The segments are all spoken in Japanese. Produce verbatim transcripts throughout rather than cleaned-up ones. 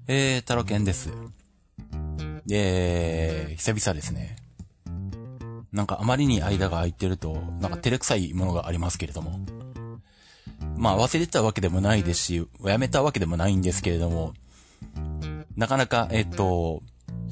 えー、タロケンです。で、久々ですね。なんかあまりに間が空いてると、なんか照れくさいものがありますけれども。まあ忘れてたわけでもないですし、やめたわけでもないんですけれども、なかなか、えっと、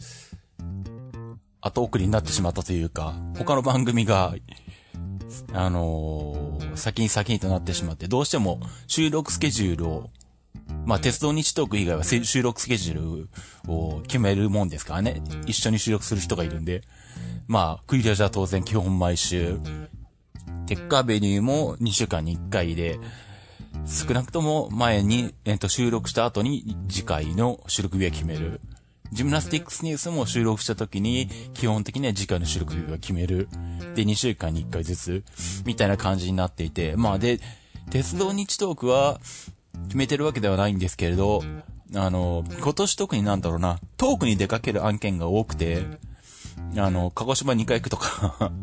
後送りになってしまったというか、他の番組が、あのー、先に先にとなってしまって、どうしても収録スケジュールを、まあ、鉄道日トーク以外は収録スケジュールを決めるもんですからね。一緒に収録する人がいるんで。まあ、クイラジは当然基本毎週。テックアベニューもにしゅうかんにいっかいで、少なくとも前に、えっと、収録した後に次回の収録日は決める。ジムナスティックスニュースも収録した時に、基本的には次回の収録日は決める。で、にしゅうかんにいっかいずつ、みたいな感じになっていて、まあで、鉄道日トークは、決めてるわけではないんですけれど、あの、今年特になんだろうな、遠くに出かける案件が多くて、あの、鹿児島にかい行くとか、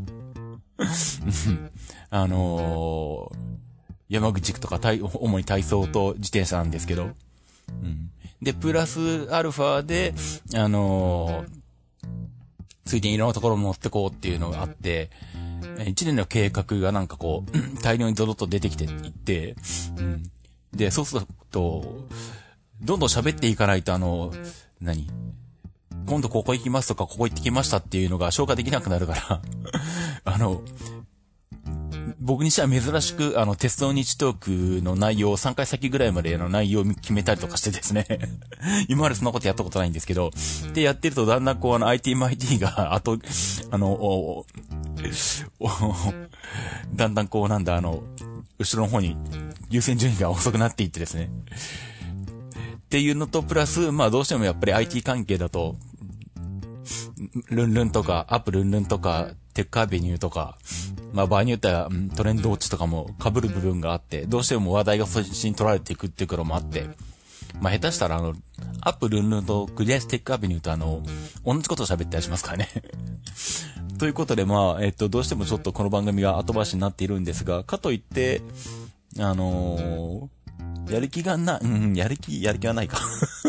あのー、山口行くとか、主に体操と自転車なんですけど、うん、で、プラスアルファで、あのー、ついでにいろんなところを持ってこうっていうのがあって、一年の計画がなんかこう、大量にドドッと出てきていって、うんで、そうすると、どんどん喋っていかないと、あの、何今度ここ行きますとか、ここ行ってきましたっていうのが消化できなくなるから、あの、僕にしては珍しく、あの、鉄道日トークの内容をさんかい先ぐらいまでの内容を決めたりとかしてですね。今までそんなことやったことないんですけど、で、やってるとだんだんこう、あの、アイティー マイティー が、あと、あの、お、お、だんだんこう、なんだ、あの、後ろの方に優先順位が遅くなっていってですね。っていうのと、プラス、まあどうしてもやっぱり アイティー 関係だと、ルンルンとか、アップルンルンとか、テックアベニューとか、まあ場合によってはトレンドウォッチとかも被る部分があって、どうしても話題がそっちに取られていくっていうこともあって、まあ下手したらあの、アップルンルンとクリアステックアベニューとあの、同じことを喋ったりしますからね。ということでまあ、えっと、どうしてもちょっとこの番組が後回しになっているんですが、かといって、あのー、やる気がな、うん、やる気、やる気はないか。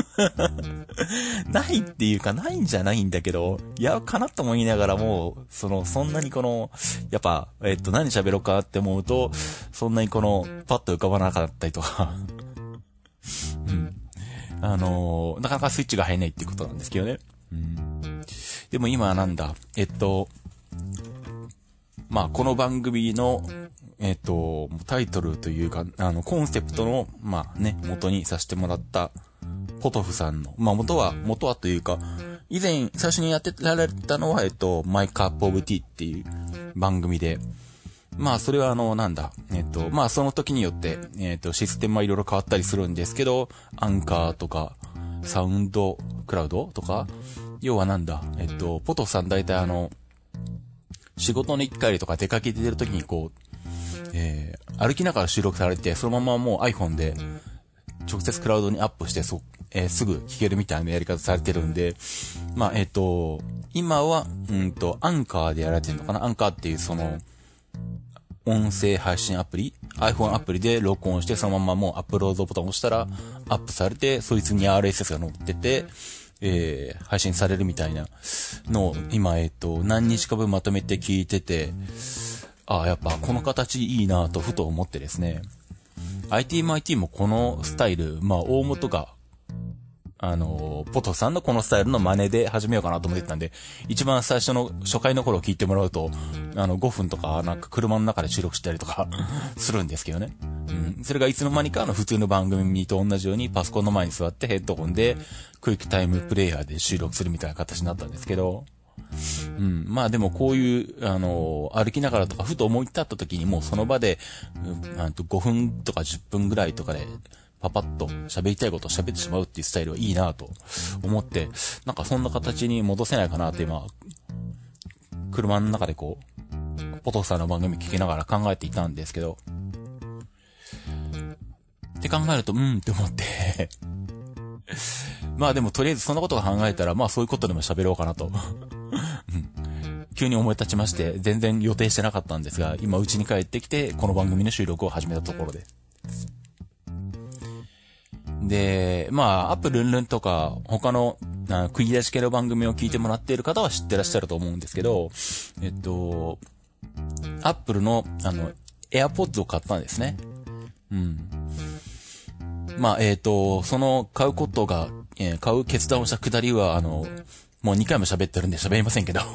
ないっていうか、ないんじゃないんだけど、やるかなとも言いながらも、その、そんなにこの、やっぱ、えっと、何喋ろうかって思うと、そんなにこの、パッと浮かばなかったりとか、うん。あのー、なかなかスイッチが入んないっていうことなんですけどね。うん。でも今はなんだ、えっと、まあ、この番組の、えっと、タイトルというか、あの、コンセプトの、まあね、元にさせてもらった、ポトフさんの、まあ元は、元はというか、以前、最初にやってられたのは、えっと、マイカップオブティーっていう番組で、まあそれはあの、なんだ、えっと、まあその時によって、えっと、システムはいろいろ変わったりするんですけど、アンカーとか、サウンドクラウドとか、要はなんだ、えっと、ポトフさん大体あの、仕事の行き帰りとか出かけてる時にこう、えー、歩きながら収録されて、そのままもう iPhone で直接クラウドにアップして、そ、えー、すぐ聞けるみたいなやり方されてるんで、まあ、えっと、今は、うんと、アンカーでやられてるのかなアンカーっていうその、音声配信アプリ ?iPhone アプリで録音して、そのままもうアップロードボタンを押したら、アップされて、そいつに アールエスエス が載ってて、えー、配信されるみたいなのを、今、えっと、何日か分まとめて聞いてて、ああ、やっぱこの形いいなとふと思ってですね。アイティー マイティー もこのスタイル、まあ大元が、あのー、ポトフさんのこのスタイルの真似で始めようかなと思ってたんで、一番最初の初回の頃を聞いてもらうと、あのごふんとかなんか車の中で収録したりとかするんですけどね。うん。それがいつの間にかの普通の番組と同じようにパソコンの前に座ってヘッドホンでクイックタイムプレイヤーで収録するみたいな形になったんですけど、うん。まあでもこういう、あのー、歩きながらとかふと思い立った時にもうその場で、うん、とごふんとかじゅっぷんぐらいとかでパパッと喋りたいことを喋ってしまうっていうスタイルはいいなと思って、なんかそんな形に戻せないかなって今、車の中でこう、ポトフさんの番組聞きながら考えていたんですけど、って考えると、うんって思って、まあでもとりあえずそんなことを考えたら、まあそういうことでも喋ろうかなと。急に思い立ちまして、全然予定してなかったんですが、今家に帰ってきて、この番組の収録を始めたところで。 で、まあ、アップルンルンとか、他の、あ繰り出し系の番組を聞いてもらっている方は知ってらっしゃると思うんですけど、えっと、アップルの、あの、AirPods を買ったんですね。うん。まあ、えっと、その買うことが、えー、買う決断をしたくだりは、あの、もうにかいも喋ってるんで喋りませんけど、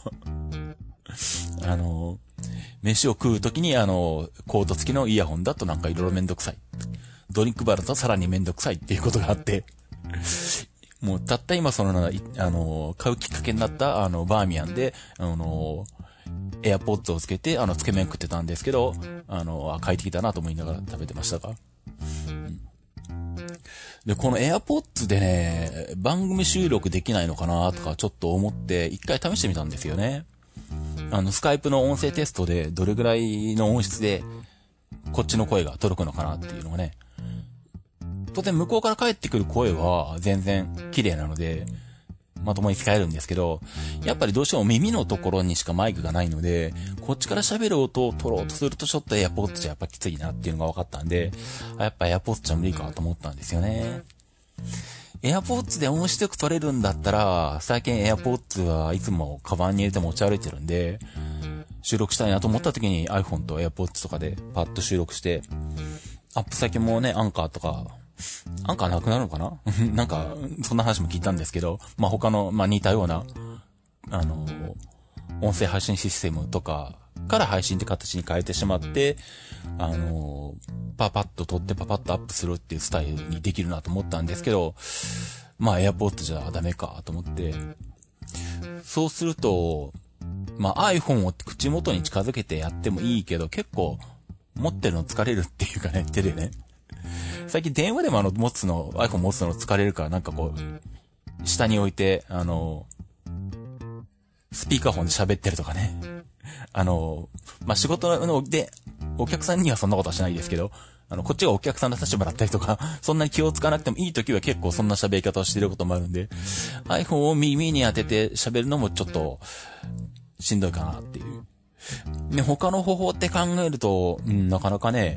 あの、飯を食うときに、あの、コード付きのイヤホンだとなんかいろいろめんどくさい。ドリンクバーだとさらにめんどくさいっていうことがあって、もうたった今その、あの、買うきっかけになった、あの、バーミヤンで、あの、エアポッドをつけて、あの、つけ麺食ってたんですけど、あの、快適だなと思いながら食べてましたが。うん、で、このエアポッドでね、番組収録できないのかなとかちょっと思って、一回試してみたんですよね。あの、スカイプの音声テストでどれぐらいの音質で、こっちの声が届くのかなっていうのがね。当然向こうから返ってくる声は全然綺麗なので、まともに使えるんですけど、やっぱりどうしても耳のところにしかマイクがないので、こっちから喋る音を取ろうとするとちょっとエアポッドじゃやっぱきついなっていうのが分かったんで、やっぱエアポッドじゃ無理かと思ったんですよね。エアポッドで音質よく取れるんだったら、最近エアポッドはいつもカバンに入れて持ち歩いてるんで、収録したいなと思った時に iPhone と AirPods とかでパッと収録して、アップ先もね、アンカーとか、アンカーなくなるのかななんか、そんな話も聞いたんですけど、まあ、他の、まあ、似たような、あの、音声配信システムとかから配信って形に変えてしまって、あの、パパッと撮ってパパッとアップするっていうスタイルにできるなと思ったんですけど、まあ、AirPods じゃダメかと思って、そうすると、まあ、iPhone を口元に近づけてやってもいいけど、結構、持ってるの疲れるっていうかね、手でね。最近電話でもあの、持つの、iPhone 持つの疲れるから、なんかこう、下に置いて、あの、スピーカーフォンで喋ってるとかね。あの、まあ、仕事ので、お客さんにはそんなことはしないですけど、あの、こっちがお客さん出させてもらったりとか、そんなに気を使わなくてもいい時は結構そんな喋り方をしてることもあるんで、iPhone を耳に当てて喋るのもちょっと、しんどいかなっていう。で、他の方法って考えると、うん、なかなかね、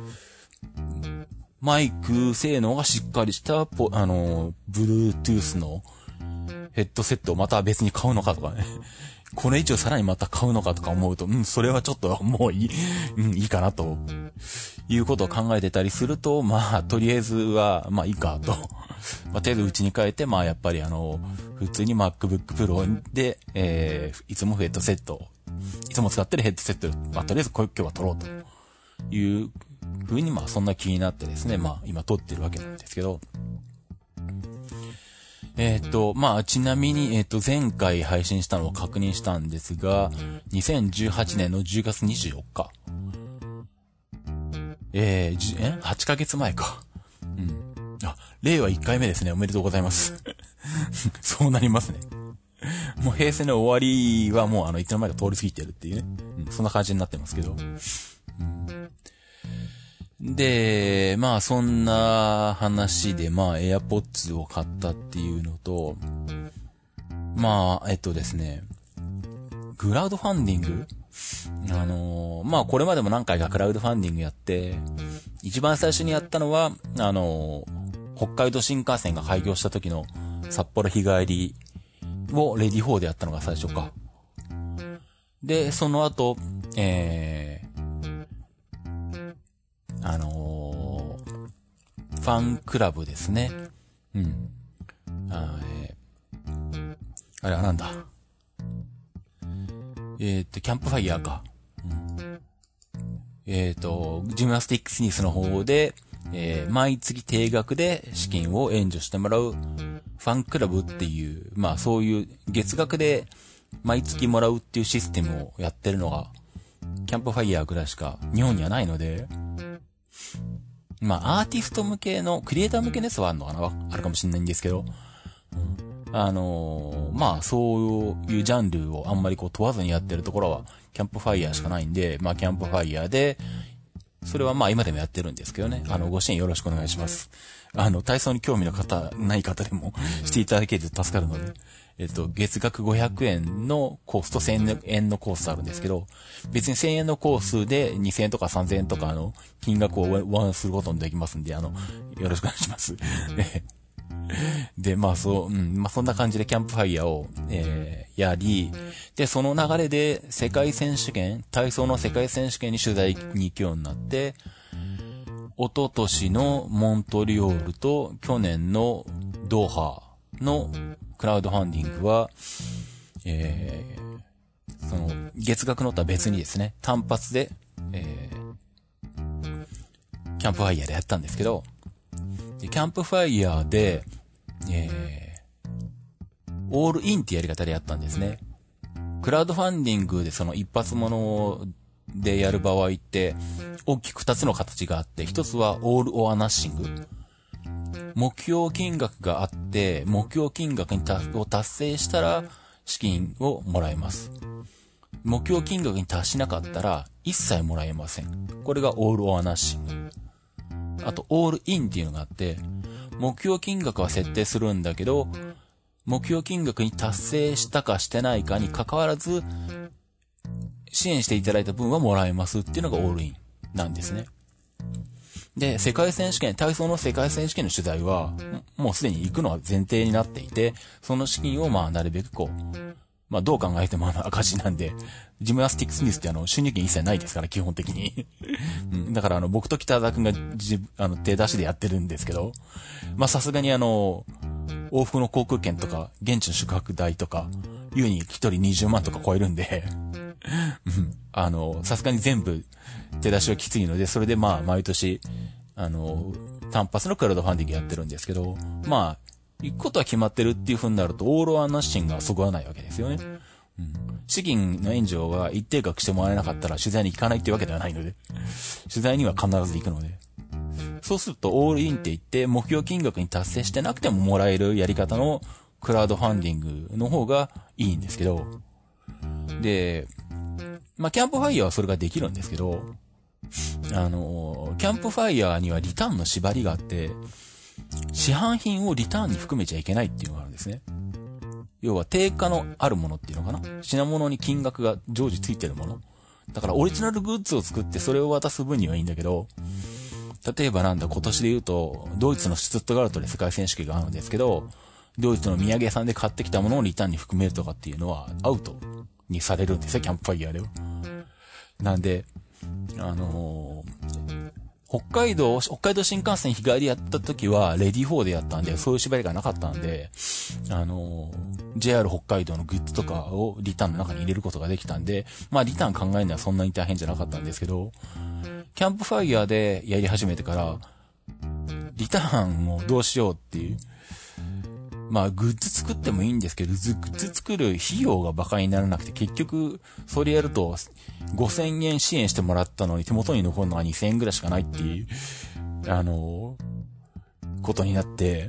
マイク性能がしっかりしたポ、あの、Bluetooth のヘッドセットをまた別に買うのかとかね。これ以上さらにまた買うのかとか思うと、うん、それはちょっともういい、うん、いいかなと、いうことを考えてたりすると、まあ、とりあえずは、まあいいかと。まあ、とりあえずうちに帰って、まあやっぱりあの、普通に MacBook Pro で、えー、いつもヘッドセット、いつも使ってるヘッドセット、まあとりあえず今日は取ろうという風に、まあそんな気になってですね、まあ今撮ってるわけなんですけど、えっと、まあちなみに、えっと前回配信したのを確認したんですが、にせんじゅうはちねんのじゅうがつにじゅうよっか。えー、じえ ?はち ヶ月前か。うん。あ、令和いっかいめですね。おめでとうございます。そうなりますね。もう平成の終わりはもうあの、いつの間にか通り過ぎてるっていうね。うん、そんな感じになってますけど。うん、で、まあそんな話で、まあ AirPods を買ったっていうのと、まあ、えっとですね、クラウドファンディングあのー、まあこれまでも何回かクラウドファンディングやって、一番最初にやったのは、あのー、北海道新幹線が開業した時の札幌日帰りをレディフォーでやったのが最初か。で、その後、えー、あのー、ファンクラブですね。うん。あ, えー、あれはなんだ。えっと、キャンプファイヤーか。うん、えっと、ジムナスティックスニースの方で、えー、毎月定額で資金を援助してもらうファンクラブっていう、まあそういう月額で毎月もらうっていうシステムをやってるのが、キャンプファイヤーぐらいしか日本にはないので、まあアーティスト向けの、クリエイター向けのやつはあるのかなあるかもしれないんですけど、うん、あのー、まあそういうジャンルをあんまりこう問わずにやってるところはキャンプファイヤーしかないんで、まあキャンプファイヤーでそれはまあ今でもやってるんですけどね。あの、ご支援よろしくお願いします。あの、体操に興味の方、ない方でもしていただけると助かるので。えっと、月額ごひゃくえんのコースとせんえんのコースあるんですけど、別にせんえんのコースでにせんえんとかさんぜんえんとかの金額をワンすることもできますんで、あの、よろしくお願いします。で、まあそう、うん、まあそんな感じでキャンプファイヤーを、えー、やり、で、その流れで世界選手権、体操の世界選手権に取材に行くようになって、一昨年のモントリオールと去年のドーハのクラウドファンディングは、えー、その、月額のとは別にですね、単発で、えー、キャンプファイヤーでやったんですけど、でキャンプファイヤーで、えー、オールインってやり方でやったんですね。クラウドファンディングでその一発ものでやる場合って、大きく二つの形があって、一つはオールオアナッシング。目標金額があって、目標金額にたを達成したら資金をもらえます。目標金額に達しなかったら一切もらえません。これがオールオアナッシング。あと、オールインっていうのがあって、目標金額は設定するんだけど、目標金額に達成したかしてないかに関わらず、支援していただいた分はもらえますっていうのがオールインなんですね。で、世界選手権、体操の世界選手権の取材は、もうすでに行くのは前提になっていて、その資金をまあなるべくこう、まあどう考えてもあの赤字なんで、ジムナスティックスニュースってあの収入金一切ないですから、基本的に。うん、だからあの僕と北田くんがじあの手出しでやってるんですけど、まあさすがにあの、往復の航空券とか、現地の宿泊代とか、優に一人にじゅうまんとか超えるんで、あの、さすがに全部手出しはきついので、それでまあ毎年、あの、単発のクラウドファンディングやってるんですけど、まあ、行くことは決まってるっていう風になると、オールオアナッシングがそぐわないわけですよね。うん、資金の援助が一定額してもらえなかったら取材に行かないっていうわけではないので、取材には必ず行くので。そうすると、オールインって言って、目標金額に達成してなくてももらえるやり方のクラウドファンディングの方がいいんですけど、で、まあ、キャンプファイヤーはそれができるんですけど、あの、キャンプファイヤーにはリターンの縛りがあって、市販品をリターンに含めちゃいけないっていうのがあるんですね。要は定価のあるものっていうのかな？品物に金額が常時ついてるもの。だからオリジナルグッズを作ってそれを渡す分にはいいんだけど、例えばなんだ、今年で言うと、ドイツのシュツットガルトで世界選手権があるんですけど、ドイツの土産屋さんで買ってきたものをリターンに含めるとかっていうのはアウトにされるんですよ、キャンプファイヤーでは。なんで、あのー、北海道、北海道新幹線日帰りやった時は、レディーフォーでやったんで、そういう縛りがなかったんで、あのー、ジェイアール 北海道のグッズとかをリターンの中に入れることができたんで、まあリターン考えるのはそんなに大変じゃなかったんですけど、キャンプファイヤーでやり始めてから、リターンをどうしようっていう、まあ、グッズ作ってもいいんですけど、グッズ作る費用が馬鹿にならなくて、結局、それやると、ごせんえん支援してもらったのに手元に残るのがにせんえんぐらいしかないっていう、あのー、ことになって、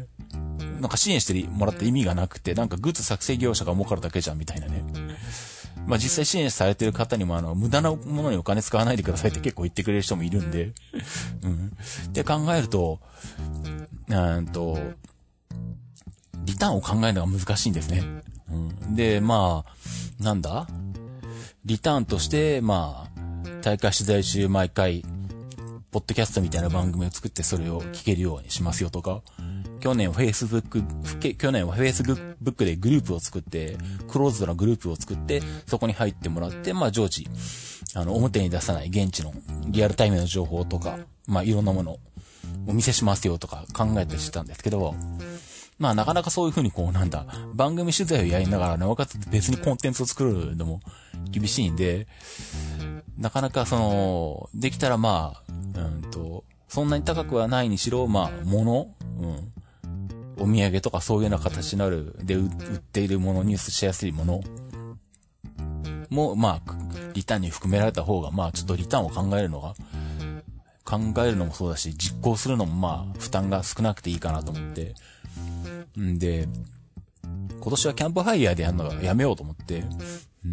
なんか支援してもらった意味がなくて、なんかグッズ作成業者が儲かるだけじゃんみたいなね。まあ実際支援されてる方にもあの、無駄なものにお金使わないでくださいって結構言ってくれる人もいるんで、うん。って考えると、なんと、リターンを考えるのが難しいんですね。うん、で、まあ、なんだリターンとして、まあ、大会取材中毎回、ポッドキャストみたいな番組を作ってそれを聞けるようにしますよとか、去年は Facebook、去年は Facebook でグループを作って、クローズドなグループを作って、そこに入ってもらって、まあ常時、あの、表に出さない現地のリアルタイムの情報とか、まあいろんなものをお見せしますよとか考えたりしてたんですけど、まあなかなかそういう風にこうなんだ、番組取材をやりながらなおかつ別にコンテンツを作るのも厳しいんで、なかなかその、できたらまあ、うんと、そんなに高くはないにしろ、まあ、物、うん、お土産とかそういうような形になる、で、売っているもの、ニュースしやすいものも、まあ、リターンに含められた方が、まあちょっとリターンを考えるのが、考えるのもそうだし、実行するのもまあ、負担が少なくていいかなと思って、んで、今年はキャンプファイヤーでやるのがやめようと思って、うん、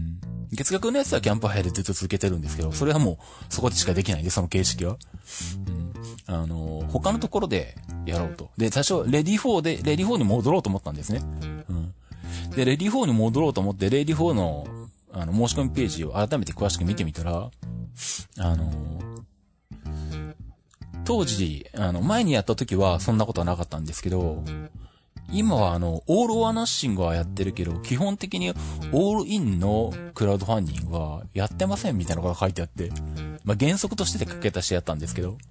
月額のやつはキャンプファイヤーでずっと続けてるんですけど、それはもうそこでしかできないんで、その形式は。うん、あのー、他のところでやろうと。で、最初、レディフォーで、レディフォーに戻ろうと思ったんですね。うん。で、レディフォーに戻ろうと思って、レディフォーの、あの、申し込みページを改めて詳しく見てみたら、あのー、当時、あの、前にやった時はそんなことはなかったんですけど、今はあの、オールオアナッシングはやってるけど、基本的にオールインのクラウドファンディングはやってませんみたいなことが書いてあって、まあ、原則として書けたしやったんですけど、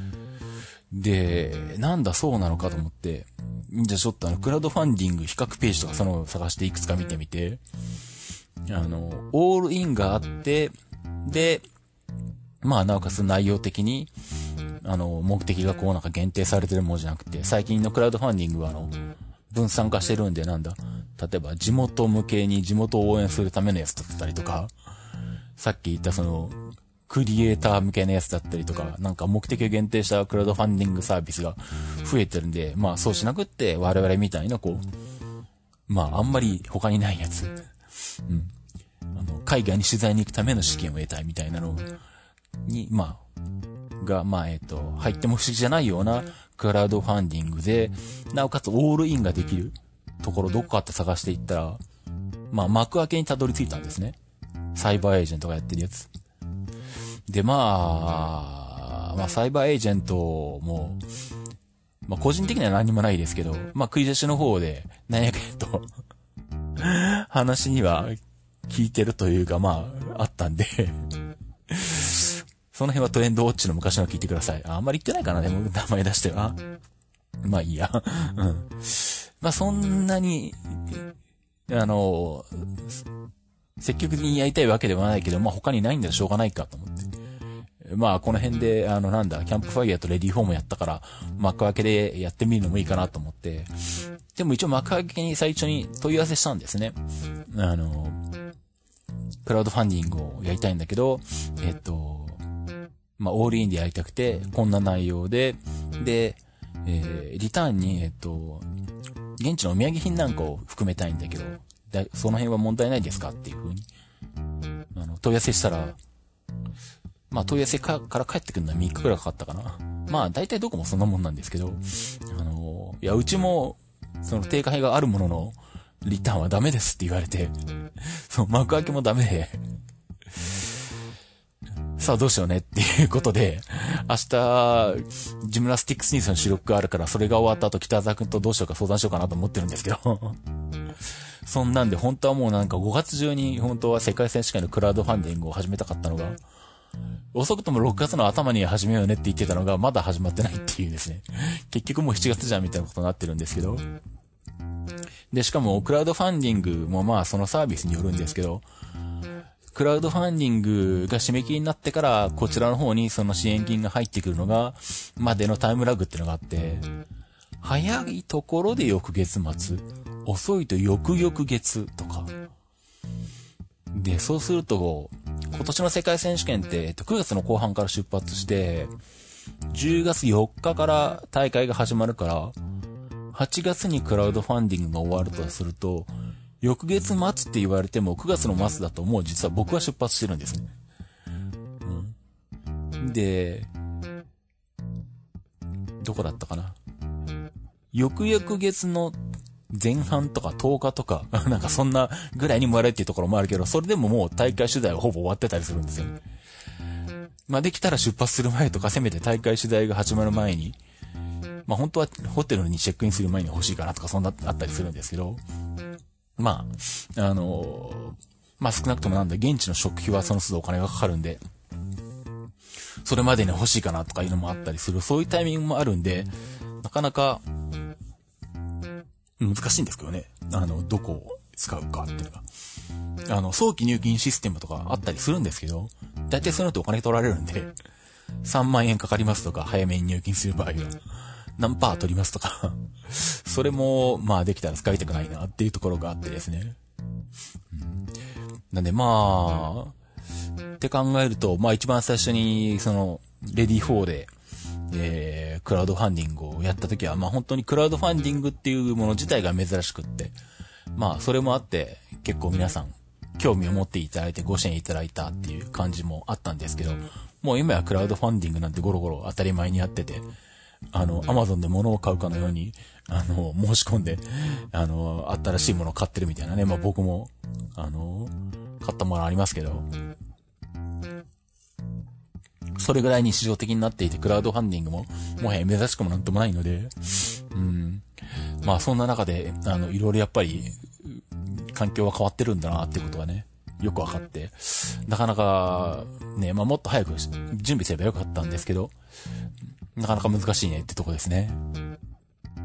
で、なんだそうなのかと思って、じゃあちょっとあの、クラウドファンディング比較ページとかその探していくつか見てみて、あの、オールインがあって、で、まあ、なおかつ内容的に、あの、目的がこうなんか限定されてるものじゃなくて、最近のクラウドファンディングはあの、分散化してるんでなんだ、例えば地元向けに地元を応援するためのやつだったりとか、さっき言ったその、クリエイター向けのやつだったりとか、なんか目的を限定したクラウドファンディングサービスが増えてるんで、まあそうしなくって我々みたいなこう、まああんまり他にないやつ、うん。あの、海外に取材に行くための資金を得たいみたいなのに、まあ、が、まあ、えっと、入っても不思議じゃないようなクラウドファンディングで、なおかつオールインができるところどこかって探していったら、まあ、幕開けにたどり着いたんですね。サイバーエージェントがやってるやつ。で、まあ、まあ、サイバーエージェントも、まあ、個人的には何もないですけど、まあ、食い出しの方で、何やかんやと、話には聞いてるというか、まあ、あったんで、その辺はトレンドウォッチの昔の聞いてください。あ、あんまり言ってないかな、でも名前出しては。まあいいや。うん。まあそんなに、あの、積極的にやりたいわけではないけど、まあ他にないんだらしょうがないかと思って。まあこの辺で、あのなんだ、キャンプファイヤーとレディーフォーもやったから、幕開けでやってみるのもいいかなと思って。でも一応幕開けに最初に問い合わせしたんですね。あの、クラウドファンディングをやりたいんだけど、えっと、まあ、オールインでやりたくて、こんな内容で、で、えー、リターンに、えっと、現地のお土産品なんかを含めたいんだけど、だその辺は問題ないですかっていう風に、あの、問い合わせしたら、まあ、問い合わせかから帰ってくるのはみっかくらいかかったかな。まあ、大体どこもそんなもんなんですけど、あの、いや、うちも、その定価品があるものの、リターンはダメですって言われて、その幕開けもダメで、さあどうしようねっていうことで、明日、ジムナスティックスニースの収録があるから、それが終わった後北澤くんとどうしようか相談しようかなと思ってるんですけど、そんなんで本当はもうなんかごがつ中に本当は世界選手権のクラウドファンディングを始めたかったのが、遅くともろくがつの頭に始めようねって言ってたのがまだ始まってないっていうですね。結局もうしちがつじゃんみたいなことになってるんですけど。で、しかもクラウドファンディングもまあそのサービスによるんですけど、クラウドファンディングが締め切りになってからこちらの方にその支援金が入ってくるのがまでのタイムラグっていうのがあって、早いところで翌月末、遅いと翌々月とか。で、そうすると、今年の世界選手権って、えっと、くがつの後半から出発して、じゅうがつよっかから大会が始まるから、はちがつにクラウドファンディングが終わるとすると、翌月末って言われてもくがつの末だともう実は僕は出発してるんですね。うん、で、どこだったかな。翌々月の前半とかとおかとか、なんかそんなぐらいにもらえるっていうところもあるけど、それでももう大会取材はほぼ終わってたりするんですよね。まあできたら出発する前とか、せめて大会取材が始まる前に、まあ本当はホテルにチェックインする前に欲しいかなとかそんなあったりするんですけど、まあ、あのー、まあ少なくともなんだ、現地の食費はその都度お金がかかるんで、それまでに欲しいかなとかいうのもあったりする、そういうタイミングもあるんで、なかなか、難しいんですけどね。あの、どこを使うかっていうのが。あの、早期入金システムとかあったりするんですけど、大体そういうのってお金取られるんで、さんまんえんかかりますとか、早めに入金する場合は、何パー取りますとか、それも、まあできたら使いたくないなっていうところがあってですね。うん、なんでまあ、って考えると、まあ一番最初に、その、レディーフォーで、えー、クラウドファンディングをやった時は、まあ本当にクラウドファンディングっていうもの自体が珍しくって、まあそれもあって、結構皆さん、 興味を持っていただいてご支援いただいたっていう感じもあったんですけど、もう今やクラウドファンディングなんてゴロゴロ当たり前にやってて、あの、アマゾンで物を買うかのように、あの、申し込んで、あの、新しいものを買ってるみたいなね。まあ僕も、あの、買ったものありますけど、それぐらい日常的になっていて、クラウドファンディングも、もはや珍しくもなんともないので、うん。まあそんな中で、あの、いろいろやっぱり、環境は変わってるんだなっていうことがね、よくわかって、なかなか、ね、まあもっと早く準備すればよかったんですけど、なかなか難しいねってとこですね。うん、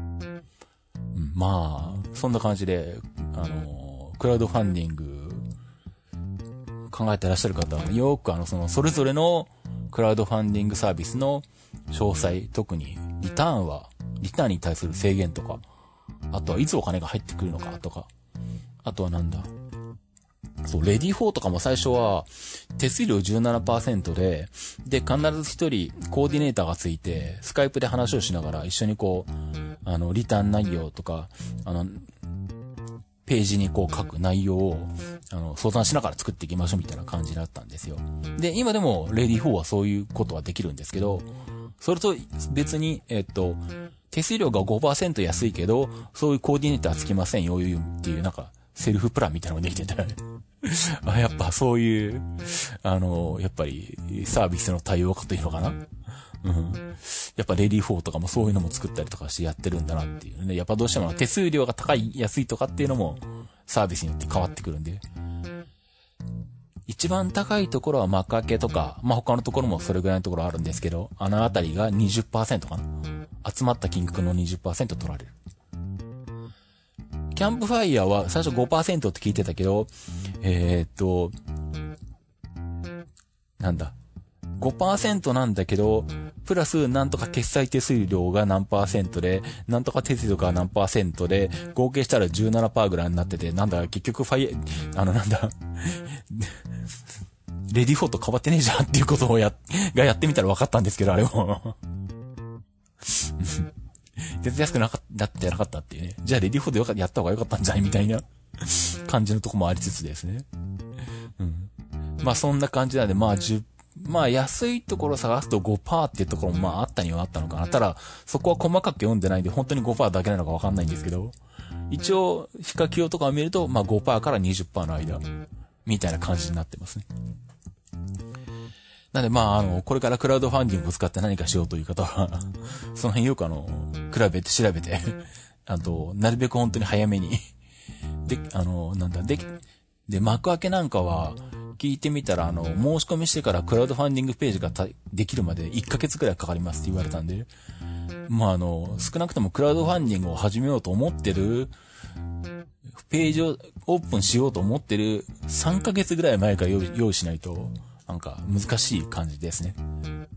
まあ、そんな感じで、あの、クラウドファンディング、考えてらっしゃる方は、よくあの、その、それぞれのクラウドファンディングサービスの詳細、特にリターンは、リターンに対する制限とか、あとはいつお金が入ってくるのかとか、あとはなんだ、そう、レディーフォーとかも最初は手数料 じゅうななパーセント で、で、必ず一人コーディネーターがついて、スカイプで話をしながら一緒にこう、あの、リターン内容とか、あの、ページにこう書く内容を、あの、相談しながら作っていきましょうみたいな感じだったんですよ。で、今でもレディーフォーはそういうことはできるんですけど、それと別に、えっと、手数料が ごパーセント 安いけど、そういうコーディネーターつきませんよ、っていうなんか、セルフプランみたいなのができててあ、やっぱそういう、あの、やっぱりサービスの対応かというのかな。うん。やっぱレディーフォーとかもそういうのも作ったりとかしてやってるんだなっていうね。やっぱどうしても手数料が高い、安いとかっていうのもサービスによって変わってくるんで。一番高いところは幕開けとか、まあ、他のところもそれぐらいのところあるんですけど、あのあたりが にじゅっパーセント かな。集まった金額の にじゅっパーセント 取られる。キャンプファイヤーは最初 ごパーセント って聞いてたけど、えー、っと、なんだ。ごパーセント なんだけど、プラスなんとか決済手数料が何パーセントで、なんとか手数料が何パーセントで、合計したら じゅうななパーセント ぐらいになってて、なんだ、結局ファイ、あのなんだ、レディフォーと変わってねえじゃんっていうことをや、がやってみたら分かったんですけど、あれも。全然安くなかったってなかったっていうね。じゃあレディフォーでよかった、やった方がよかったんじゃないみたいな感じのとこもありつつですね。うん。まあそんな感じなんで、まあじゅう、まあ安いところ探すと ごパーセント っていうところもまああったにはあったのかな。ただ、そこは細かく読んでないんで、本当に ごパーセント だけなのかわかんないんですけど、一応、ヒカキオとかを見ると、まあ ごパーセント から にじゅっパーセント の間、みたいな感じになってますね。なんでまあ、あの、これからクラウドファンディングを使って何かしようという方は、その辺よくあの、比べて調べて、あと、なるべく本当に早めに、で、あの、なんだ、で、で、幕開けなんかは、聞いてみたら、あの、申し込みしてからクラウドファンディングページがたできるまでいっかげつくらいかかりますって言われたんで、まああの、少なくともクラウドファンディングを始めようと思ってる、ページをオープンしようと思ってるさんかげつぐらい前から用意、用意しないと、なんか難しい感じですね。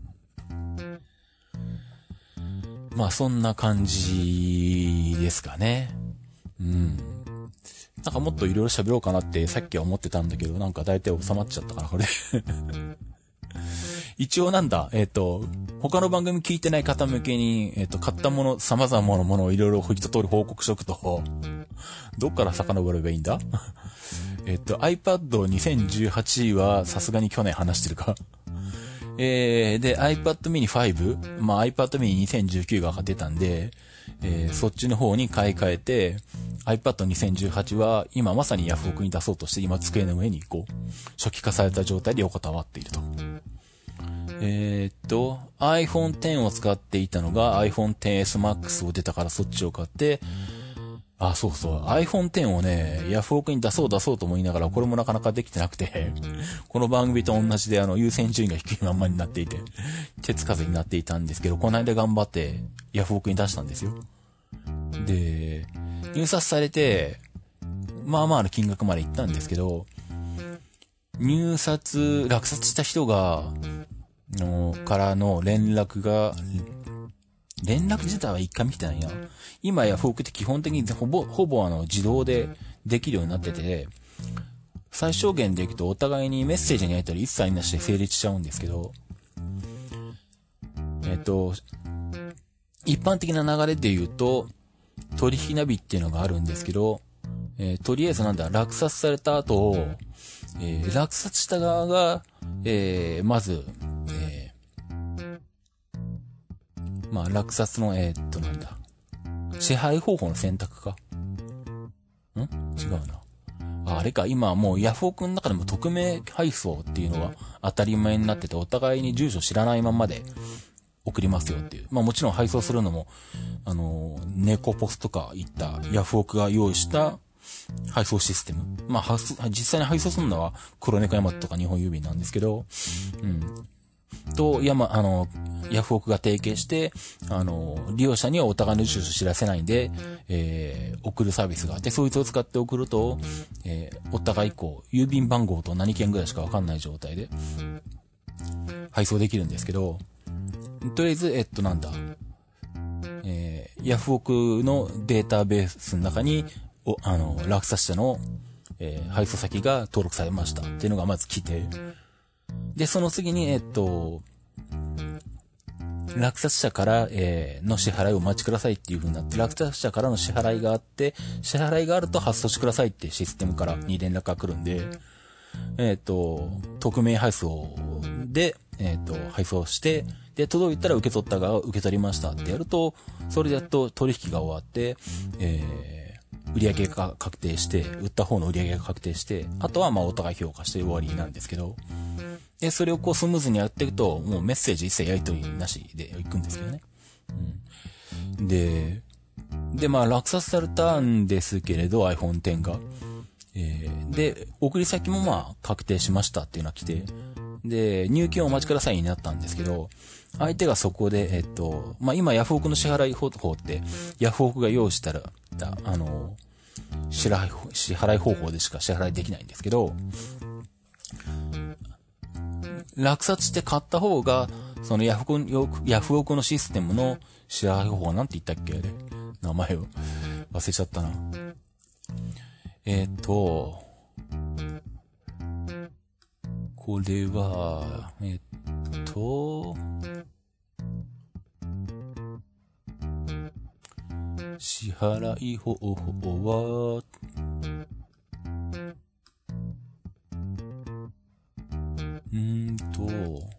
まあそんな感じですかね。うん。なんかもっといろいろ喋ろうかなってさっきは思ってたんだけど、なんか大体収まっちゃったから、これ。一応なんだ、えっと、他の番組聞いてない方向けに、えっと、買ったもの、様々なものをいろいろ一通り報告しとくと、どっから遡ればいいんだえっと、iPad にせんじゅうはち はさすがに去年話してるか。えー、で、iPad mini ファイブ、まあ iPad mini にせんじゅうきゅうが出たんで、えー、そっちの方に買い替えて、iPad にせんじゅうはちは今まさにヤフオクに出そうとして今机の上にこう、初期化された状態で横たわっていると。えー、っと、アイフォンテン を使っていたのが iPhone テンエス Max を出たからそっちを買って、あ、そうそう。iPhone テンをね、ヤフオクに出そう出そうと思いながら、これもなかなかできてなくて、この番組と同じで、あの、優先順位が低いまんまになっていて、手つかずになっていたんですけど、この間頑張って、ヤフオクに出したんですよ。で、入札されて、まあまあの金額まで行ったんですけど、入札、落札した人が、の、からの連絡が、連絡自体は一回見てないな。今ヤフオクって基本的にほぼ、ほぼあの自動でできるようになってて、最小限でいくとお互いにメッセージのやり取り一切なしで成立しちゃうんですけど、えっと、一般的な流れで言うと、取引ナビっていうのがあるんですけど、 えー、とりあえずなんだ、落札された後、えー、落札した側が、えー、まず、えー、まあ、落札の、えー、っと、なんだ、支払方法の選択か。ん違うな。あ、あれか、今はもうヤフオクの中でも匿名配送っていうのが当たり前になってて、お互いに住所知らないままで送りますよっていう。まあもちろん配送するのも、あのー、ネコポスとかいったヤフオクが用意した配送システム。まあ、実際に配送するのは黒猫ヤマトとか日本郵便なんですけど、うん。と、ヤマ、あの、ヤフオクが提携して、あの、利用者にはお互いの住所知らせないんで、えー、送るサービスがあって、そいつを使って送ると、えー、お互いこう、郵便番号と何件ぐらいしかわかんない状態で、配送できるんですけど、とりあえず、えっと、なんだ、えー、ヤフオクのデータベースの中に、お、あの、落札者の、えー、配送先が登録されましたっていうのがまず来て、で、その次に、えっと、落札者から、えー、の支払いをお待ちくださいっていう風になって、落札者からの支払いがあって、支払いがあると発送してくださいってシステムからに連絡が来るんで、えっと、匿名配送で、えっと、配送して、で、届いたら受け取った側が受け取りましたってやると、それでやっと取引が終わって、えー、売上が確定して、売った方の売上が確定して、あとはまあお互い評価して終わりなんですけど、で、それをこうスムーズにやっていくと、もうメッセージ一切やり取りなしでいくんですけどね。うん、で、で、まあ落札されたんですけれど、アイフォンテン が。えー、で、送り先もまあ確定しましたっていうのが来て、で、入金をお待ちくださいになったんですけど、相手がそこで、えっと、まあ今ヤフオクの支払い方法って、ヤフオクが用意したら、あの、支払い、支払い方法でしか支払いできないんですけど、落札して買った方が、そのヤフオク、ヤフオクのシステムの支払い方法なんて言ったっけあれ名前を忘れちゃったな。えっと、これは、えっと、支払い方法は、うーんと、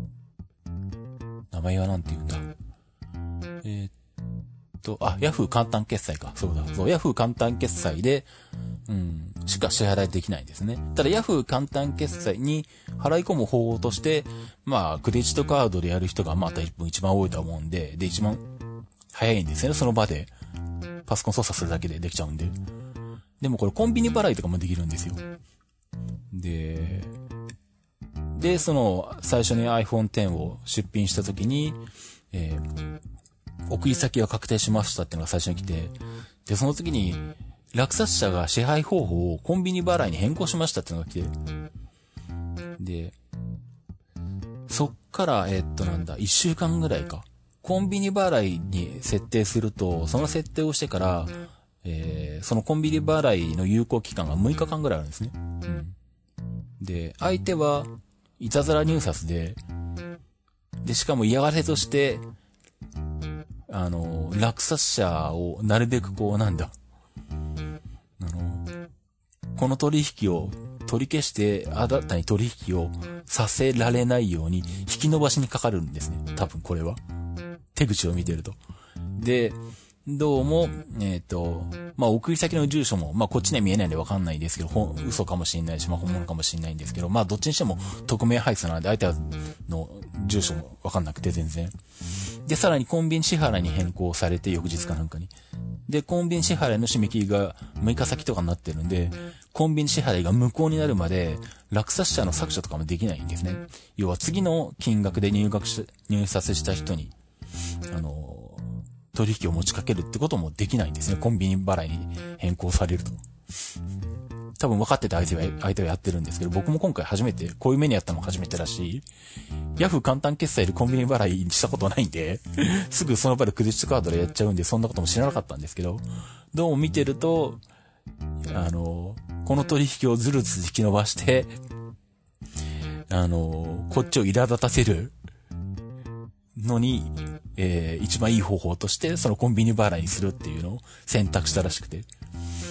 名前はなんて言うんだ。えー、っと、あ、ヤフー簡単決済か。そうだ。そう、ヤフー簡単決済で、うん、しか支払いできないんですね。ただヤフー簡単決済に払い込む方法として、まあ、クレジットカードでやる人がまた一番多いと思うんで、で、一番早いんですよね。その場で。パソコン操作するだけでできちゃうんで。でもこれコンビニ払いとかもできるんですよ。で、で、その、最初に アイフォンテン を出品したときに、えー、送り先が確定しましたっていうのが最初に来て、で、その次に、落札者が支配方法をコンビニ払いに変更しましたっていうのが来て、で、そっから、えー、っとなんだ、一週間ぐらいか。コンビニ払いに設定すると、その設定をしてから、えー、そのコンビニ払いの有効期間がむいかかんぐらいあるんですね。うん、で、相手は、いたずら入札で、で、しかも嫌がらせとして、あの、落札者をなるべくこう、なんだ、あの、この取引を取り消して、新たに取引をさせられないように、引き伸ばしにかかるんですね。多分これは。手口を見てると。で、どうも、えっと、まあ、送り先の住所も、まあ、こっちには見えないんでわかんないんですけど、ほ嘘かもしれないし、まあ、本物かもしれないんですけど、まあ、どっちにしても匿名配送なんで、相手の住所もわかんなくて全然。で、さらにコンビニ支払いに変更されて、翌日かなんかに。で、コンビニ支払いの締め切りがむいか先とかになってるんで、コンビニ支払いが無効になるまで、落札者の削除とかもできないんですね。要は次の金額で入学し、入札した人に、あの、取引を持ちかけるってこともできないんですね。コンビニ払いに変更されると。多分分かってて相手は、相手はやってるんですけど、僕も今回初めて、こういう目にやったの初めてだし、ヤフー簡単決済でコンビニ払いにしたことないんで、すぐその場でクレジットカードでやっちゃうんで、そんなことも知らなかったんですけど、どうも見てると、あの、この取引をずるずる引き伸ばして、あの、こっちを苛立たせるのに、えー、一番いい方法として、そのコンビニ払いにするっていうのを選択したらしくて。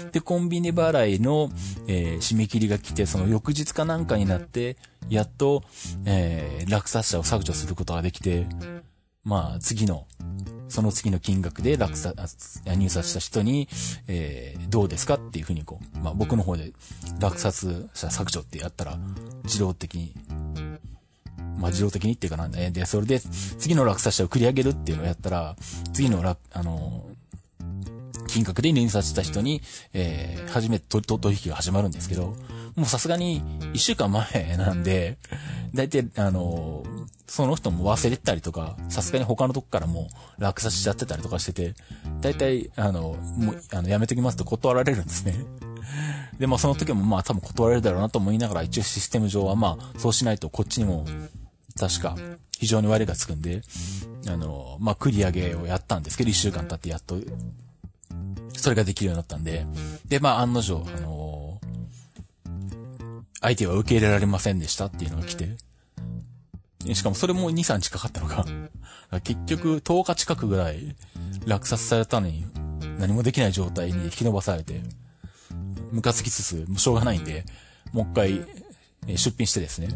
で、コンビニ払いの、えー、締め切りが来て、その翌日かなんかになって、やっと、えー、落札者を削除することができて、まあ、次の、その次の金額で落札、入札した人に、えー、どうですかっていうふうにこう、まあ僕の方で落札者削除ってやったら、自動的に、まあ自動的にっていうかなんだね。で、それで次の落札者を繰り上げるっていうのをやったら、次の落、あの、金額で入札した人に、えー、初めて取引が始まるんですけど、もうさすがに一週間前なんで、だいたいあの、その人も忘れてたりとか、さすがに他のとこからもう落札しちゃってたりとかしてて、だいたいあの、もう、あの、やめときますと断られるんですね。で、まあその時もまあ多分断られるだろうなと思いながら、一応システム上はまあそうしないとこっちにも確か非常に割がつくんで、あの、まあ繰り上げをやったんですけど、一週間経ってやっと、それができるようになったんで、で、まあ案の定、あのー、相手は受け入れられませんでしたっていうのが来て、しかもそれもに、さんにちかかったのか。結局とおか近くぐらい落札されたのに何もできない状態に引き伸ばされて、ムカつきつつ、もうしょうがないんで、もう一回出品してですね。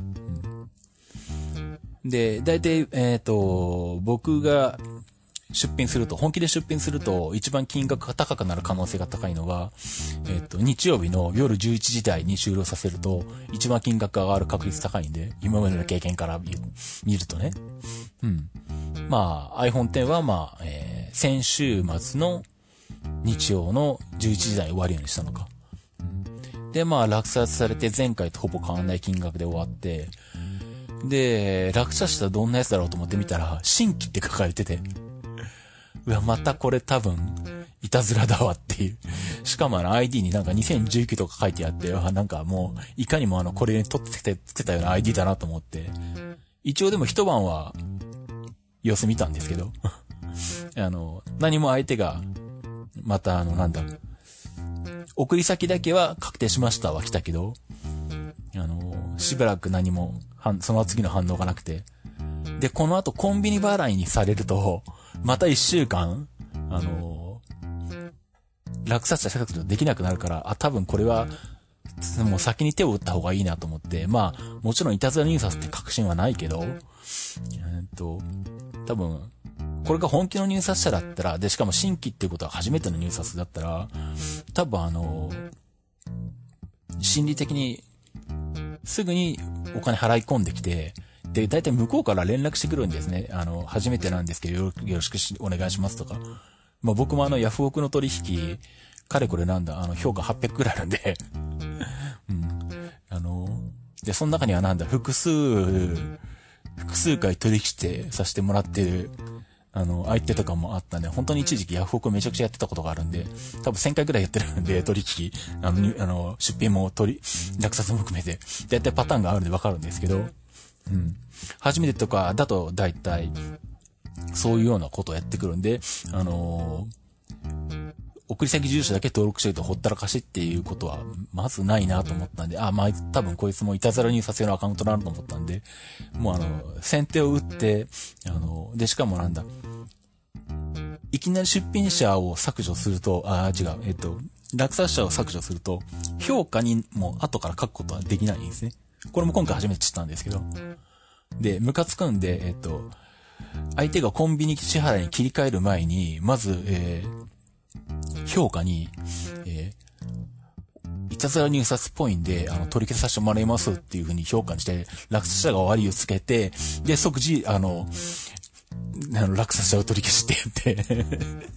で、大体、えっと、僕が出品すると、本気で出品すると、一番金額が高くなる可能性が高いのが、えっと、日曜日の夜じゅういちじ台に終了させると、一番金額が上がる確率高いんで、今までの経験から見るとね。うん。まあ、iPhone テンはまあ、えー、先週末の日曜のじゅういちじ台に終わるようにしたのか。で、まあ、落札されて前回とほぼ変わんない金額で終わって、で、落札したらどんなやつだろうと思ってみたら、新規って書かれてて、うわ、またこれ多分、いたずらだわっていう。しかもあの アイディー になんかにせんじゅうきゅうとか書いてあって、あ、なんかもう、いかにもあの、これに取ってつけたような アイディー だなと思って。一応でも一晩は、様子見たんですけど。あの、何も相手が、またあの、なんだ、送り先だけは確定しましたは来たけど、あの、しばらく何も、その次の反応がなくて。で、この後コンビニ払いにされると、また一週間、あのー、落札者削除できなくなるから、あ、多分これは、もう先に手を打った方がいいなと思って、まあ、もちろんいたずら入札って確信はないけど、えー、っと、多分、これが本気の入札者だったら、で、しかも新規っていうことは初めての入札だったら、多分あのー、心理的に、すぐにお金払い込んできて、で、大体向こうから連絡してくるんですね。あの、初めてなんですけど、よろしくお願いしますとか。まあ僕もあの、ヤフオクの取引、かれこれなんだ、あの、評価はっぴゃくくらいあるんで、うん。あの、で、その中にはなんだ、複数、複数回取引してさせてもらってる、あの、相手とかもあったんで、本当に一時期ヤフオクめちゃくちゃやってたことがあるんで、多分せんかいくらいやってるんで、取引、あの、あの出品も取り、落札も含めて、だいたいパターンがあるんでわかるんですけど、うん。初めてとかだと大体、そういうようなことをやってくるんで、あのー、送り先住所だけ登録してるとほったらかしっていうことは、まずないなと思ったんで、あ、まあ、多分こいつもいたずら入札用のアカウントだなと思ったんで、もうあの、先手を打って、あの、で、しかもなんだ、いきなり出品者を削除すると、あ、違う、えっと、落札者を削除すると、評価にも後から書くことはできないんですね。これも今回初めて知ったんですけど。で、ムカつくんで、えっと、相手がコンビニ支払いに切り替える前に、まず、えー、評価に、えー、いたずら入札っぽいんで、あの、取り消させてもらいますっていう風に評価にして、落札者が割りをつけて、で、即時、あの、あの落札者を取り消してやって、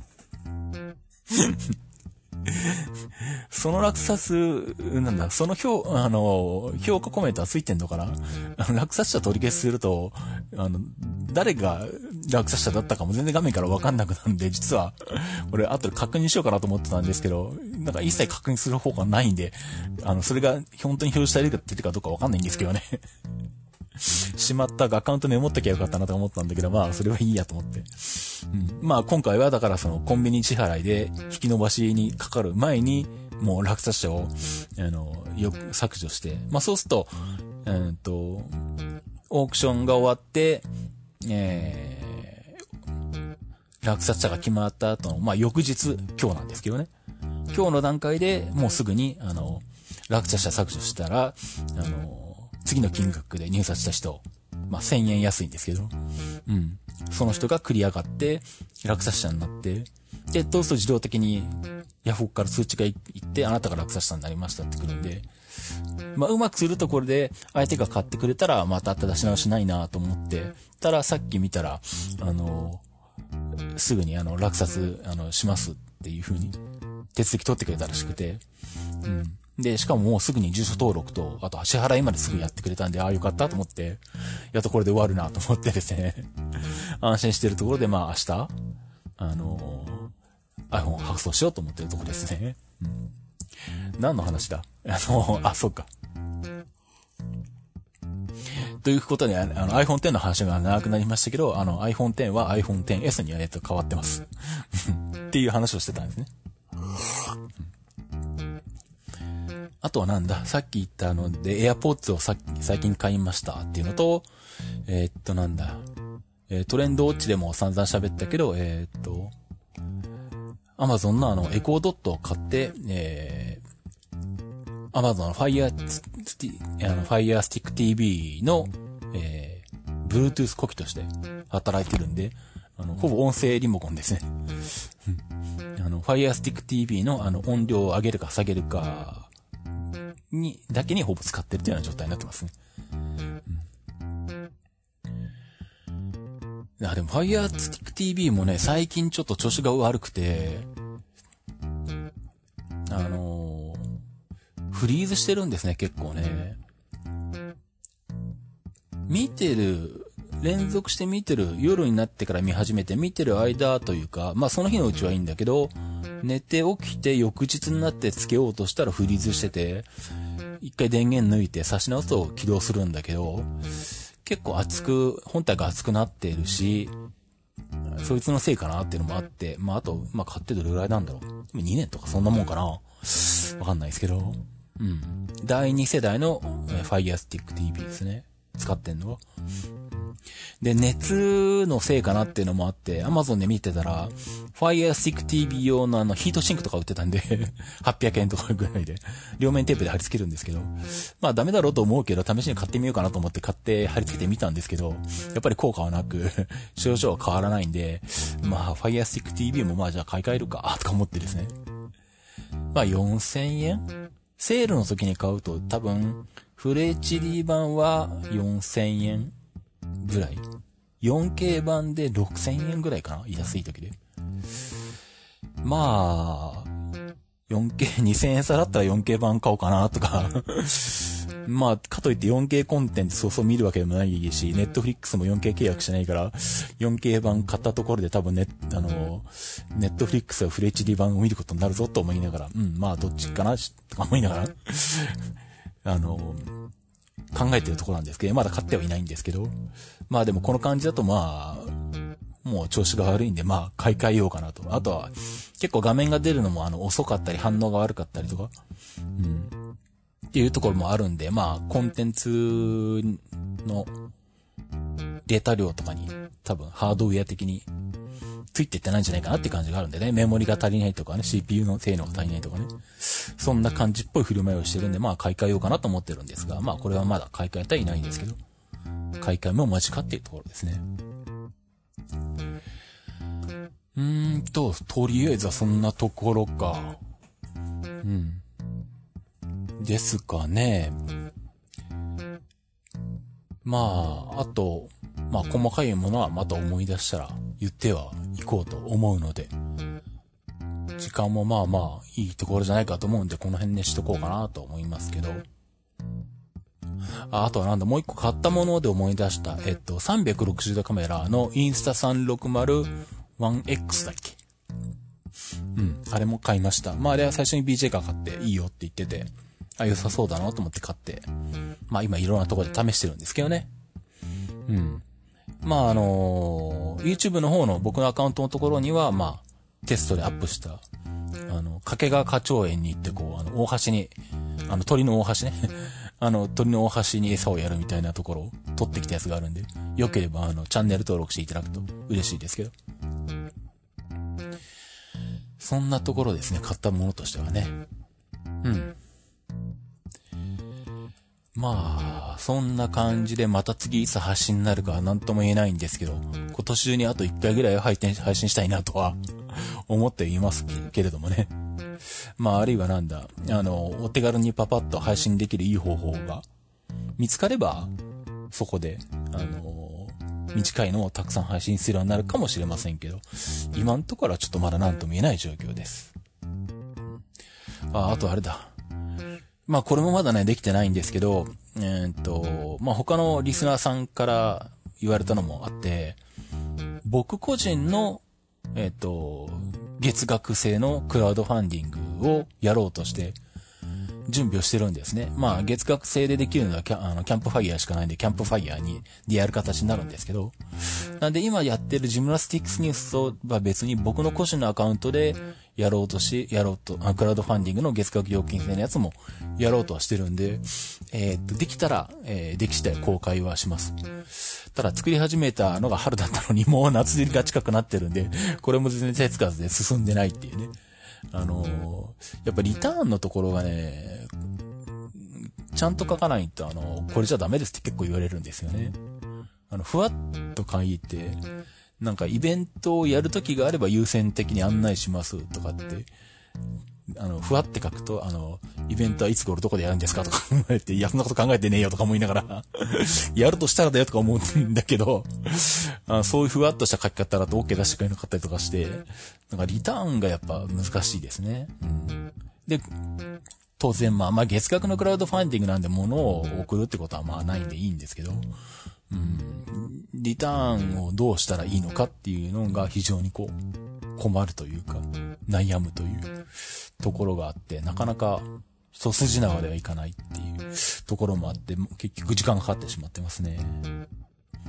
その落札、なんだ、その評、あの、評価コメントはついてんのかな？あの落札者取り消しすると、あの、誰が落札者だったかも全然画面からわかんなくなるんで、実は、俺後で確認しようかなと思ってたんですけど、なんか一切確認する方がないんで、あの、それが本当に表示されてるかどうかわかんないんですけどね。しまったがアカウントメモっときゃよかったなと思ったんだけど、まあ、それはいいやと思って。うん、まあ、今回はだからそのコンビニ支払いで引き伸ばしにかかる前に、もう落札者を、あの、よく削除して、まあそうすると、えーっと、オークションが終わって、えー、落札者が決まった後の、まあ翌日、今日なんですけどね。 今日の段階でもうすぐに、あの、落札者削除したら、あの、次の金額で入札した人、まあ、せんえん安いんですけど、うん。その人が繰り上がって、落札者になって、で、そうすると自動的にヤフオクから通知がいって、あなたが落札者になりましたってくるんで、まあ、うまくするところで、相手が買ってくれたら、また出し直しないなと思って、たださっき見たら、あの、すぐにあの、落札、あの、しますっていう風に、手続き取ってくれたらしくて、うん。で、しかももうすぐに住所登録と、あと支払いまですぐやってくれたんで、ああよかったと思って、やっとこれで終わるなと思ってですね、安心してるところで、まあ明日、あのー、iPhone 発送しようと思ってるところですね。うん、何の話だあの、あ、そうか。ということで、あの アイフォンテン の話が長くなりましたけど、あの アイフォンテン は アイフォンテンエス に、えっと、変わってます。っていう話をしてたんですね。あとはなんだ、さっき言ったあので、AirPods をさっき最近買いましたっていうのと、えー、っとなんだ、えー、トレンドウォッチでも散々喋ったけど、えー、っと、Amazon のあの、エコードットを買って、えー、Amazon の Fire, あの Fire Stick ティーブイ の、えー、Bluetooth 呼気として働いてるんで、あの、ほぼ音声リモコンですね。あの、Fire Stick ティーブイ のあの、音量を上げるか下げるか、に、だけにほぼ使ってるというような状態になってますね。うん、いや、でも Fire Stick ティーブイ もね、最近ちょっと調子が悪くて、あのー、フリーズしてるんですね、結構ね。見てる、連続して見てる、夜になってから見始めて見てる間というか、まあその日のうちはいいんだけど、寝て起きて翌日になってつけようとしたらフリーズしてて、一回電源抜いて差し直すと起動するんだけど、結構熱く、本体が熱くなっているし、そいつのせいかなっていうのもあって、まああと、まあ買ってどれぐらいなんだろう。にねんとかそんなもんかな。わかんないですけど。うん。だいに世代の Fire Stick ティーブイ ですね。使ってんのは。で、熱のせいかなっていうのもあって、Amazon で見てたら、Fire Stick ティーブイ 用のあのヒートシンクとか売ってたんで、はっぴゃくえんとかぐらいで、両面テープで貼り付けるんですけど、まあダメだろうと思うけど、試しに買ってみようかなと思って買って貼り付けてみたんですけど、やっぱり効果はなく、症状は変わらないんで、まあ Fire Stick ティーブイ もまあじゃあ買い替えるか、とか思ってですね。まあよんせんえんセールの時に買うと多分、フル エイチディー 版はよんせんえんぐらい。よんケー 版でろくせんえんぐらいかな、安い時で。まあ、よんケー、にせんえん差だったら よんケー 版買おうかなとか。まあ、かといって よんケー コンテンツそうそう見るわけでもないし、ネットフリックスも よんケー 契約してないから、よんケー 版買ったところで多分ね、あの、ネットフリックスはフル エイチディー 版を見ることになるぞと思いながら、うん、まあどっちかな、とか思いながら、あの、考えてるところなんですけど、まだ買ってはいないんですけど、まあでもこの感じだとまあ、もう調子が悪いんで、まあ買い替えようかなと。あとは、結構画面が出るのもあの遅かったり反応が悪かったりとか、うん。っていうところもあるんで、まあコンテンツのデータ量とかに多分ハードウェア的についていってないんじゃないかなって感じがあるんでね、メモリが足りないとかね、シーピーユー の性能が足りないとかね、そんな感じっぽい振る舞いをしてるんで、まあ買い替えようかなと思ってるんですが、まあこれはまだ買い替えてはいないんですけど、買い替えも間近っていうところですね。うーんと、とりあえずはそんなところか。うん。ですかね。まあ、あと、まあ細かいものはまた思い出したら言っては行こうと思うので、時間もまあまあいいところじゃないかと思うんで、この辺にしとこうかなと思いますけど。あ、あとはなんだ、もう一個買ったもので思い出した、えっと、さんびゃくろくじゅうどカメラのインスタさんろくまるワンエックス だっけ。うん、あれも買いました。まああれは最初に ビージェー が買っていいよって言ってて、あ、良さそうだなと思って買って、まあ今いろんなところで試してるんですけどね。うん。まああのー、YouTube の方の僕のアカウントのところには、まあ、テストでアップした、あの、掛川花鳥園に行ってこう、あの、大橋に、あの、鳥の大橋ね。あの、鳥の大橋に餌をやるみたいなところを撮ってきたやつがあるんで、よければあの、チャンネル登録していただくと嬉しいですけど。 そんなところですね、買ったものとしてはね。うん。まあ、そんな感じでまた次いつ配信になるかは何とも言えないんですけど、今年中にあといっかいぐらいは配信配信したいなとは思っていますけれどもね。まあ、あるいはなんだ、あの、お手軽にパパッと配信できるいい方法が見つかれば、そこで、あの、短いのをたくさん配信するようになるかもしれませんけど、今のところはちょっとまだ何とも言えない状況です。あ、あとあれだ。まあこれもまだね、できてないんですけど、えー、っと、まあ他のリスナーさんから言われたのもあって、僕個人の、えー、っと、月額制のクラウドファンディングをやろうとして、準備をしてるんですね。まあ月額制でできるのはキャあのキャンプファイヤーしかないんで、キャンプファイヤーにでやる形になるんですけど、なんで今やってるジムナスティックスニュースとは別に僕の個人のアカウントでやろうとし、やろうと、あクラウドファンディングの月額料金制のやつもやろうとはしてるんで、えー、っと、できたら、えー、でき次第公開はします。ただ作り始めたのが春だったのにもう夏が近くなってるんで、これも全然手つかずで進んでないっていうね。あのー、やっぱリターンのところがね、ちゃんと書かないと、あの、これじゃダメですって結構言われるんですよね。あの、ふわっと書いて、なんかイベントをやるときがあれば優先的に案内しますとかって、あの、ふわって書くと、あの、イベントはいつ頃どこでやるんですかとか言われて、いや、そんなこと考えてねえよとか思いながら、やるとしたらだよとか思うんだけど、あそういうふわっとした書き方だと OK 出してくれなかったりとかして、なんかリターンがやっぱ難しいですね。うん、で、当然まあまあ月額のクラウドファンディングなんで物を送るってことはまあないんでいいんですけど、うん、リターンをどうしたらいいのかっていうのが非常にこう困るというか悩むというところがあって、なかなか一筋縄ではいかないっていうところもあって、結局時間がかかってしまってますね。うん、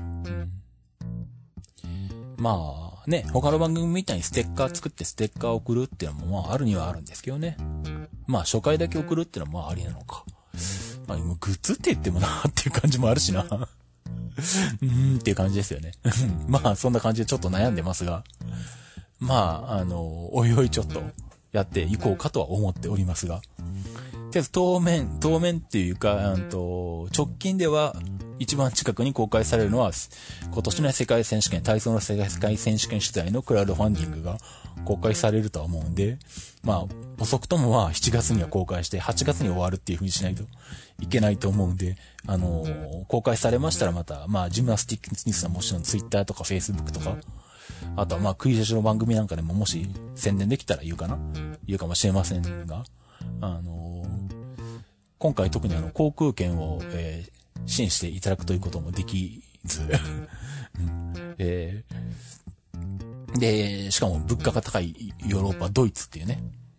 まあね、他の番組みたいにステッカー作ってステッカー送るっていうのもまああるにはあるんですけどね。まあ初回だけ送るっていうのはまあありなのか。まあグッズって言ってもなっていう感じもあるしな。うーんっていう感じですよね。まあそんな感じでちょっと悩んでますが。まああの、おいおいちょっとやっていこうかとは思っておりますが。とりあえず当面、当面っていうか、うんと、直近では一番近くに公開されるのは、今年の世界選手権、体操の世界選手権主体のクラウドファンディングが公開されるとは思うんで、まあ、遅くともはしちがつには公開して、はちがつに終わるっていう風にしないといけないと思うんで、あのー、公開されましたらまた、まあ、ジムナスティックニュースはもちろん Twitter とか Facebook とか、あとはまあ、クイズシの番組なんかでももし宣伝できたら言うかな言うかもしれませんが、あのー、今回特にあの、航空券を、えー支援していただくということもできず、えー、で、しかも物価が高いヨーロッパ、ドイツっていうね、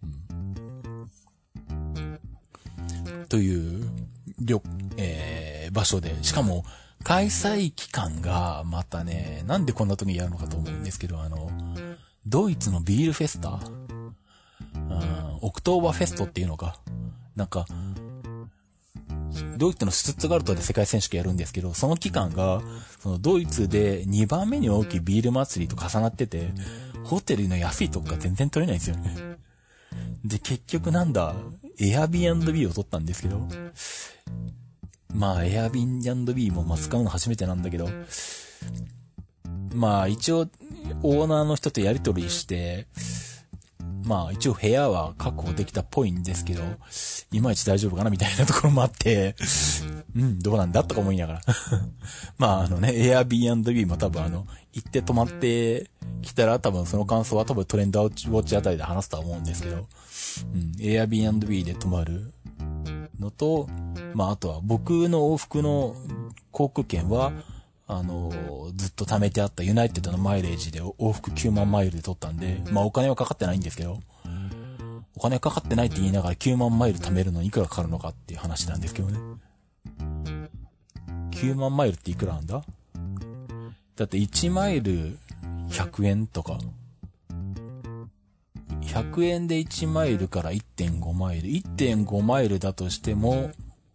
うん、という、えー、場所で、しかも開催期間がまたね、なんでこんな時にやるのかと思うんですけど、あの、ドイツのビールフェスタ、うん、オクトーバーフェストっていうのか、なんか、ドイツのシュツットガルトで世界選手権やるんですけど、その期間が、そのドイツでにばんめに大きいビール祭りと重なってて、ホテルの安いとこが全然取れないんですよね。で、結局なんだ、エアビーアンドビーを取ったんですけど、まあ、エアビーアンドビーもまあ使うの初めてなんだけど、まあ一応、オーナーの人とやり取りして、まあ一応部屋は確保できたっぽいんですけど、いまいち大丈夫かなみたいなところもあって、うん、どうなんだとか思いながら。まああのね、Airbnb も多分あの、行って泊まってきたら多分その感想は多分トレンドウォッチあたりで話すとは思うんですけど、うん、Airbnb で泊まるのと、まああとは僕の往復の航空券は、あのー、ずっと貯めてあったユナイテッドのマイレージで往復きゅうまんマイルで取ったんで、まあお金はかかってないんですけど、お金かかってないって言いながらきゅうまんマイル貯めるのにいくらかかるのかっていう話なんですけどね。きゅうまんマイルっていくらなんだ？だっていちマイルひゃくえんとか。ひゃくえんでいちマイルから いってんごマイル。いってんごマイルだとしても、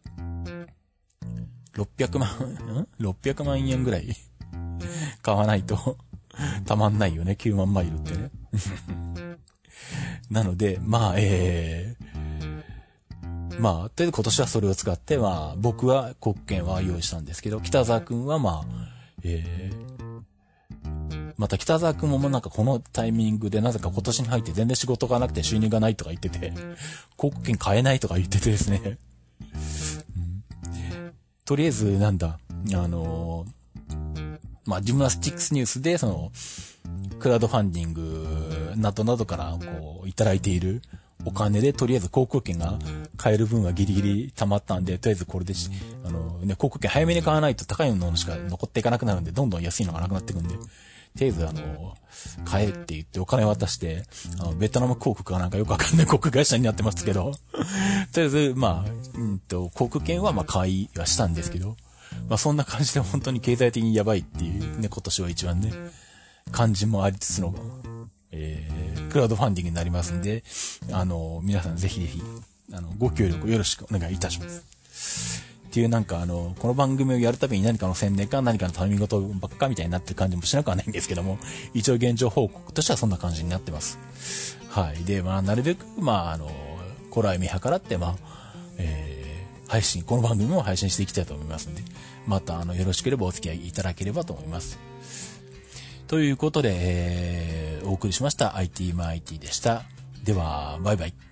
ろっぴゃくまん、ん ?ろっぴゃくまんえんぐらい買わないとたまんないよね、きゅうまんマイルってね。 なので、まあ、えー、まあ、とりあえず今年はそれを使って、まあ、僕は国券は用意したんですけど、北沢くんはまあ、えー、また北沢くんもなんかこのタイミングでなぜか今年に入って全然仕事がなくて収入がないとか言ってて、国券買えないとか言っててですね。うん、とりあえずなんだ、あのー、まあ、ジムナスティックスニュースでその、クラウドファンディングなどなどからこういただいているお金でとりあえず航空券が買える分はギリギリ溜まったんで、とりあえずこれであのね航空券早めに買わないと高いのしか残っていかなくなるんで、どんどん安いのがなくなっていくんで、とりあえずあの買えって言ってお金渡して、あのベトナム航空かなんかよくわかんない航空会社になってますけど、とりあえずまあうんと航空券はまあ買いはしたんですけど、まあそんな感じで本当に経済的にやばいっていうね、今年は一番ね。感じもありつつの、えー、クラウドファンディングになりますんで、あの、皆さんぜひぜひ、あの、ご協力よろしくお願いいたします。っていうなんかあの、この番組をやるたびに何かの宣伝か何かの頼み事ばっかみたいになってる感じもしなくはないんですけども、一応現状報告としてはそんな感じになってます。はい。で、まあ、なるべく、まあ、あの、頃合い見計らって、まあ、えー、配信、この番組も配信していきたいと思いますんで、また、あの、よろしければお付き合いいただければと思います。ということで、えー、お送りしました アイティー マイティでした。では、バイバイ。